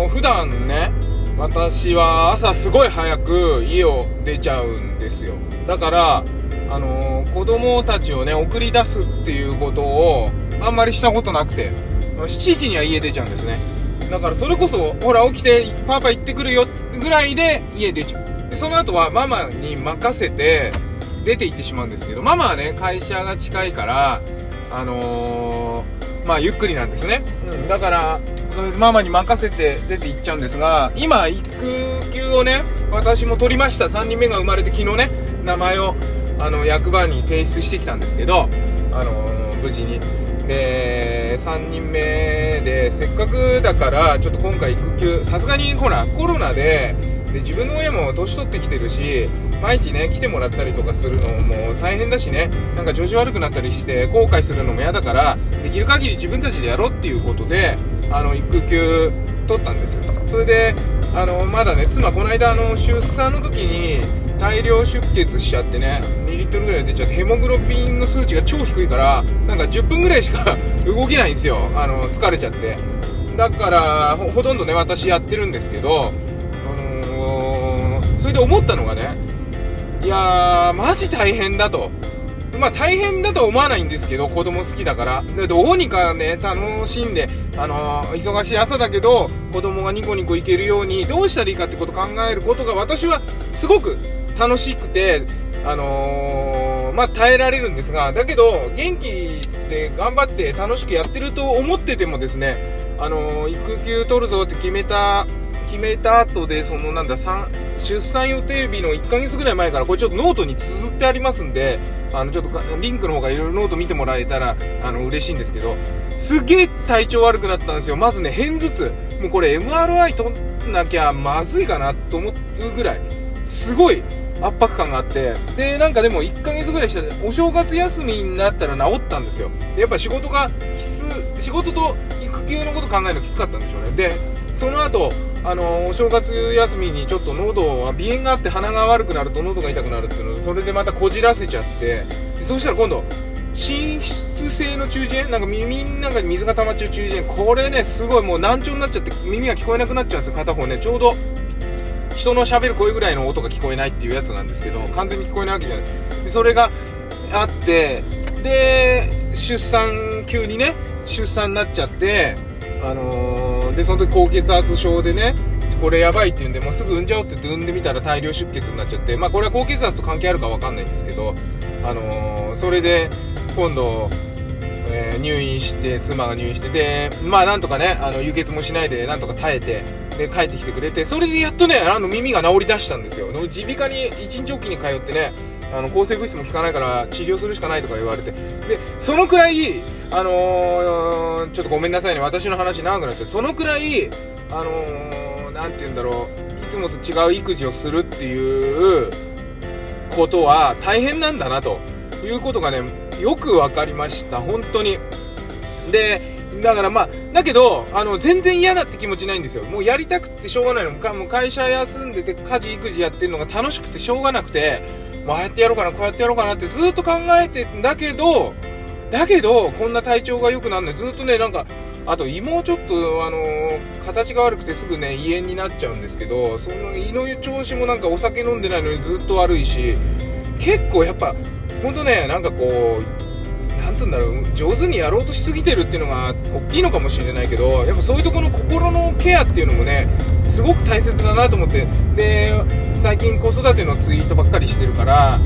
普段ね、私は朝すごい早く家を出ちゃうんですよ。だから子供たちをね送り出すっていうことをあんまりしたことなくて、7時には家出ちゃうんですね。だからそれこそほら起きてパパ行ってくるよぐらいで家出ちゃう。でその後はママに任せて出て行ってしまうんですけど、ママはね会社が近いからまあゆっくりなんですね、だからそれでママに任せて出て行っちゃうんですが、今育休をね私も取りました。3人目が生まれて昨日ね名前を役場に提出してきたんですけど、無事にで3人目でせっかくだからちょっと今回育休、さすがにほらコロナで自分の親も年取ってきてるし、毎日ね来てもらったりとかするのも大変だしね、なんか調子悪くなったりして後悔するのも嫌だから、できる限り自分たちでやろうっていうことで育休取ったんです。それでまだね妻この間出産の時に大量出血しちゃってね、2リットルぐらい出ちゃって、ヘモグロビンの数値が超低いからなんか10分ぐらいしか動けないんですよ。疲れちゃって。だからほとんどね私やってるんですけど、それで思ったのがね、いやーマジ大変だと。まあ大変だとは思わないんですけど、子供好きだからでどうにかね楽しんで忙しい朝だけど子供がニコニコいけるようにどうしたらいいかってことを考えることが私はすごく楽しくてまあ耐えられるんですが、だけど元気で頑張って楽しくやってると思っててもですね、育休取るぞって決めた後で出産予定日の1ヶ月ぐらい前からこれちょっとノートに綴ってありますんで、ちょっとリンクの方からいろいろノート見てもらえたら嬉しいんですけど、すげえ体調悪くなったんですよ。まずね片頭痛、もうこれ MRI 取んなきゃまずいかなと思うぐらいすごい圧迫感があって、でなんかでも1ヶ月ぐらいしたらお正月休みになったら治ったんですよ。でやっぱ仕事と育休のこと考えるのきつかったんでしょうね。でその後お正月休みにちょっと喉は鼻炎があって、鼻が悪くなると喉が痛くなるっていうので、それでまたこじらせちゃって、そうしたら今度滲出性の中耳炎、なんか耳の中に水が溜まっちゃう中耳炎、これねすごいもう難聴になっちゃって耳が聞こえなくなっちゃうんですよ。片方ねちょうど人の喋る声ぐらいの音が聞こえないっていうやつなんですけど、完全に聞こえないわけじゃない。でそれがあって、で急にね出産になっちゃって、でその時高血圧症でねこれやばいって言うんでもうすぐ産んじゃおうって言って産んでみたら大量出血になっちゃって、まあこれは高血圧と関係あるかわかんないんですけど、それで今度、入院して、妻が入院して、でまあなんとかね輸血もしないでなんとか耐えて、で帰ってきてくれて、それでやっとね耳が治りだしたんですよ。耳鼻科に1日おきに通ってね、抗生物質も効かないから治療するしかないとか言われて、でそのくらいちょっとごめんなさいね私の話長くなっちゃう。そのくらいなんて言うんだろう、いつもと違う育児をするっていうことは大変なんだなということがねよく分かりました、本当に。でだからまあだけど全然嫌だって気持ちないんですよ。もうやりたくてしょうがないの。もう会社休んでて家事育児やってるのが楽しくてしょうがなくて、もうああやってやろうかなこうやってやろうかなってずっと考えてんだけどこんな体調が良くなるのずっとね、なんかあと胃もちょっと形が悪くてすぐね胃炎になっちゃうんですけど、その胃の調子もなんかお酒飲んでないのにずっと悪いし、結構やっぱほんとねなんかこうなんつうんだろう、上手にやろうとしすぎてるっていうのが大きいのかもしれないけど、やっぱそういうところの心のケアっていうのもねすごく大切だなと思って。で最近子育てのツイートばっかりしてるから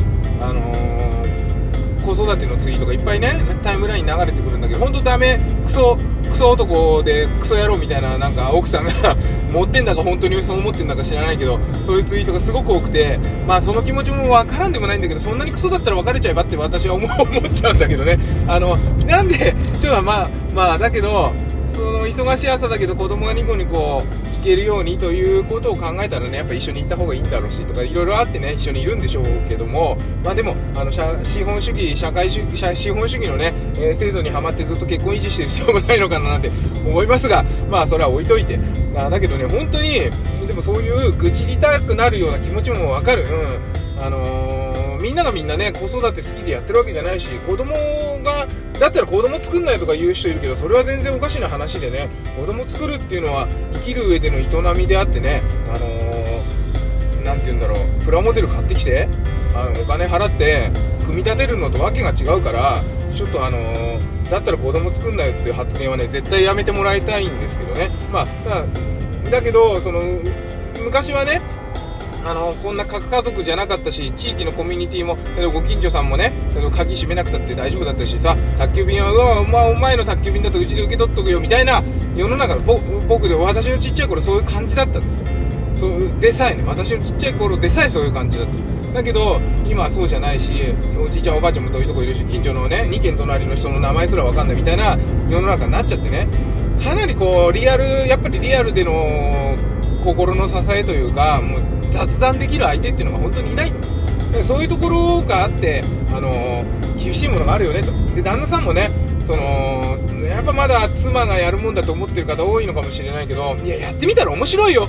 子育てのツイートがいっぱいねタイムラインに流れてくるんだけど、ほんとダメクソ男でクソ野郎みたいな、なんか奥さんが持ってんだか本当にそう思ってんだか知らないけど、そういうツイートがすごく多くて、まあその気持ちもわからんでもないんだけど、そんなにクソだったら別れちゃえばって私は思っちゃうんだけどね。なんでちょっとまあだけどその忙しい朝だけど子供がニコニコいけるようにということを考えたらね、やっぱ一緒に行った方がいいんだろうしとかいろいろあってね一緒にいるんでしょうけども、まあでも資本主義のね、制度にはまってずっと結婚維持してる必要もないのかななんて思いますが、まあそれは置いといて、だけどね本当にでもそういう愚痴りたくなるような気持ちもわかる。みんながみんなね子育て好きでやってるわけじゃないし、子供がだったら子供作んないとか言う人いるけど、それは全然おかしな話でね、子供作るっていうのは生きる上での営みであってね、なんて言うんだろう、プラモデル買ってきてお金払って組み立てるのとわけが違うから、ちょっとだったら子供作んなよっていう発言はね、絶対やめてもらいたいんですけどね。だけど昔はね、こんな核家族じゃなかったし、地域のコミュニティもご近所さんもね、鍵閉めなくたって大丈夫だったしさ、宅急便はお前の宅急便だとうちで受け取っとくよみたいな世の中の僕で、私のちっちゃい頃そういう感じだったんですよ。私のちっちゃい頃でさえそういう感じだった。だけど今はそうじゃないし、おじいちゃんおばあちゃんも遠いとこいるし、近所のね2軒隣の人の名前すら分かんないみたいな世の中になっちゃってね、かなりやっぱりリアルでの心の支えというか、もう雑談できる相手っていうのが本当にいないと。そういうところがあって、厳しいものがあるよねと。で、旦那さんもね、やっぱまだ妻がやるもんだと思ってる方多いのかもしれないけど、いや、やってみたら面白いよ。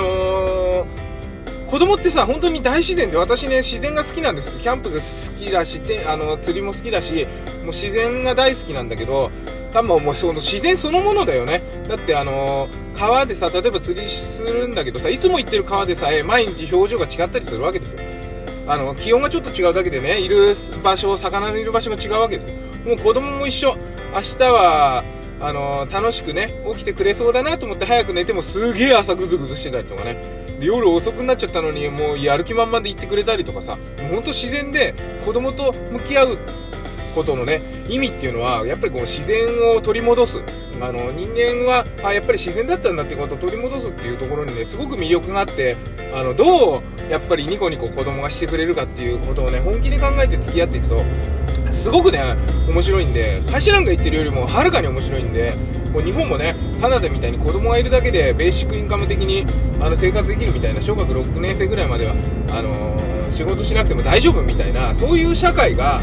子供ってさ、本当に大自然で、私ね、自然が好きなんですよ。キャンプが好きだし、釣りも好きだし、もう自然が大好きなんだけど、多分もうその自然そのものだよね。だって川でさ、例えば釣りするんだけどさ、いつも行ってる川でさえ毎日表情が違ったりするわけですよ。気温がちょっと違うだけでね、いる場所、魚のいる場所が違うわけですよ。もう子供も一緒。明日は楽しくね起きてくれそうだなと思って早く寝ても、すげえ朝ぐずぐずしてたりとかね、夜遅くなっちゃったのにもうやる気満々で行ってくれたりとかさ、もうほんと自然で子供と向き合うことのね意味っていうのは、やっぱり自然を取り戻す、人間はやっぱり自然だったんだってことを取り戻すっていうところにね、すごく魅力があって、どうやっぱりニコニコ子供がしてくれるかっていうことをね本気で考えて付き合っていくとすごくね面白いんで、会社なんか行ってるよりもはるかに面白いんで、もう日本もねカナダみたいに子供がいるだけでベーシックインカム的に生活できるみたいな、小学6年生ぐらいまでは仕事しなくても大丈夫みたいな、そういう社会が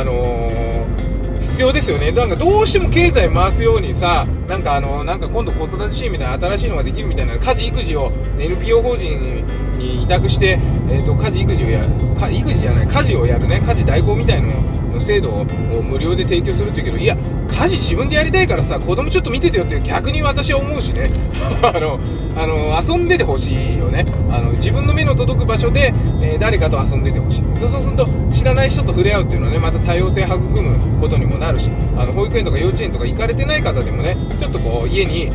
必要ですよね。なんかどうしても経済回すようにさ、なんか今度子育て支援みたいな新しいのができるみたいな、家事育児を NPO 法人に委託して、家事をやるね、家事代行みたいなの制度を無料で提供するって言うけど、いや家事自分でやりたいからさ、子供ちょっと見ててよって逆に私は思うしね遊んでてほしいよね。自分の目の届く場所で、誰かと遊んでてほしい。そうすると知らない人と触れ合うっていうのはね、また多様性育むことにもなるし、保育園とか幼稚園とか行かれてない方でもね、ちょっと家に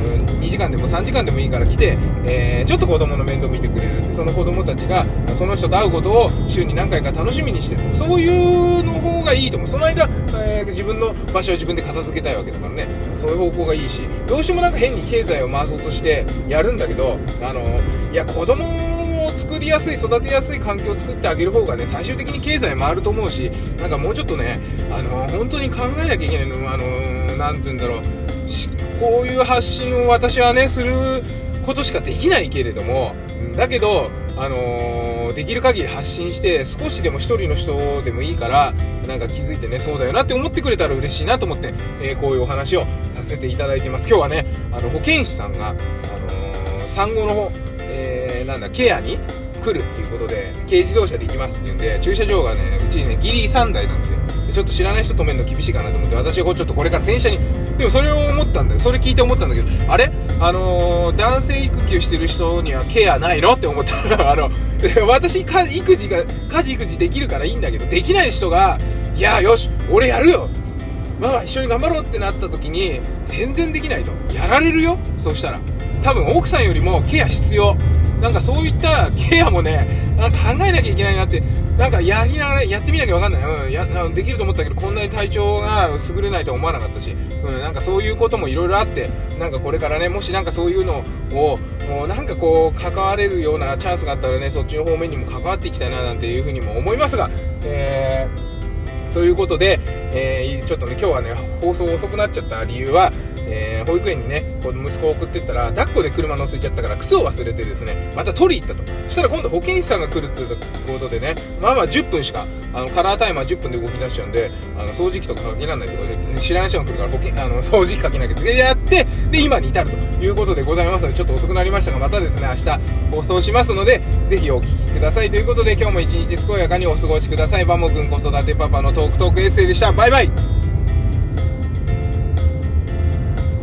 2時間でも3時間でもいいから来て、ちょっと子供の面倒見てくれるって、その子供たちがその人と会うことを週に何回か楽しみにしてると、そういうの方がいいと思う。その間、自分の場所を自分で片付けたいわけだからね、そういう方向がいいし、どうしてもなんか変に経済を回そうとしてやるんだけど、いや子供を作りやすい、育てやすい環境を作ってあげる方がね、最終的に経済回ると思うし、なんかもうちょっとね本当に考えなきゃいけないの、なんて言うんだろう、こういう発信を私はねすることしかできないけれども、だけどできる限り発信して、少しでも一人の人でもいいからなんか気づいてね、そうだよなって思ってくれたら嬉しいなと思って、こういうお話をさせていただいてます。今日はね保健師さんが産後のケアに来るっていうことで、軽自動車で行きますっていうんで、駐車場がねうちにねギリ3台なんですよ。ちょっと知らない人止めるの厳しいかなと思って、私がちょっとこれから洗車に、でもそれを思ったんだよ。それ聞いて思ったんだけど、あれ男性育休してる人にはケアないのって思った私家事育児できるからいいんだけど、できない人がいやよし俺やるよ、ママ一緒に頑張ろうってなった時に全然できないとやられるよ。そうしたら多分奥さんよりもケア必要。なんかそういったケアもね、なんか考えなきゃいけないなって、なんかやってみなきゃ分かんない。できると思ったけど、こんなに体調が優れないとは思わなかったし、なんかそういうこともいろいろあって、なんかこれからね、もしなんかそういうのをなんか関われるようなチャンスがあったらね、そっちの方面にも関わっていきたいななんていうふうにも思いますが、ということで、ちょっとね今日はね放送遅くなっちゃった理由は、保育園にね息子を送ってったら抱っこで車乗せちゃったから靴を忘れてですね、また取り行ったと。そしたら今度保健師さんが来るっていうことでね、まあ10分しかカラータイマー10分で動き出しちゃうんで、掃除機とかかけられないってことで、知らない人が来るから掃除機かけなきゃってやって、で今に至るということでございますので、ちょっと遅くなりましたが、またですね明日放送しますので、ぜひお聞きくださいということで、今日も一日健やかにお過ごしください。バモくん子育てパパのトークエッセイでした。バイバイ。